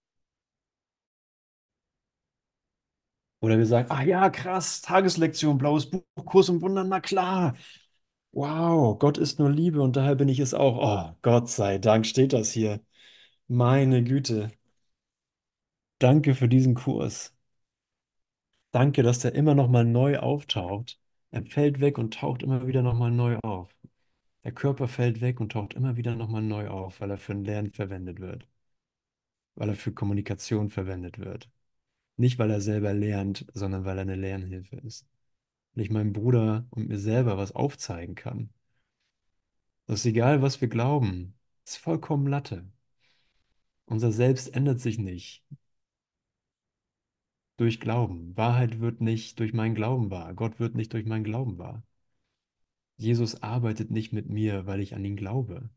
Oder wir sagen, ah ja, krass, Tageslektion, blaues Buch, Kurs im Wundern, na klar. Wow, Gott ist nur Liebe und daher bin ich es auch. Oh, Gott sei Dank steht das hier. Meine Güte. Danke für diesen Kurs. Danke, dass der immer noch mal neu auftaucht. Er fällt weg und taucht immer wieder noch mal neu auf. Der Körper fällt weg und taucht immer wieder noch mal neu auf, weil er für ein Lernen verwendet wird, weil er für Kommunikation verwendet wird. Nicht, weil er selber lernt, sondern weil er eine Lernhilfe ist. Wenn ich meinem Bruder und mir selber was aufzeigen kann, das ist egal, was wir glauben, ist vollkommen Latte. Unser Selbst ändert sich nicht durch Glauben. Wahrheit wird nicht durch meinen Glauben wahr. Gott wird nicht durch meinen Glauben wahr. Jesus arbeitet nicht mit mir, weil ich an ihn glaube.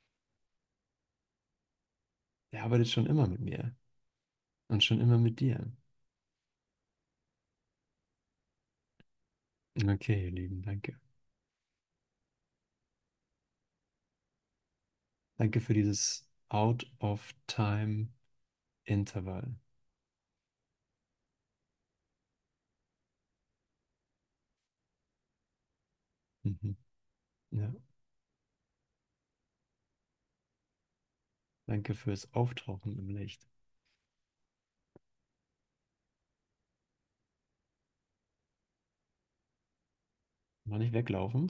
Er arbeitet schon immer mit mir und schon immer mit dir. Okay, ihr Lieben, danke. Danke für dieses Out of Time Intervall. Mhm. Ja, danke fürs Auftauchen im Licht. Mal nicht weglaufen.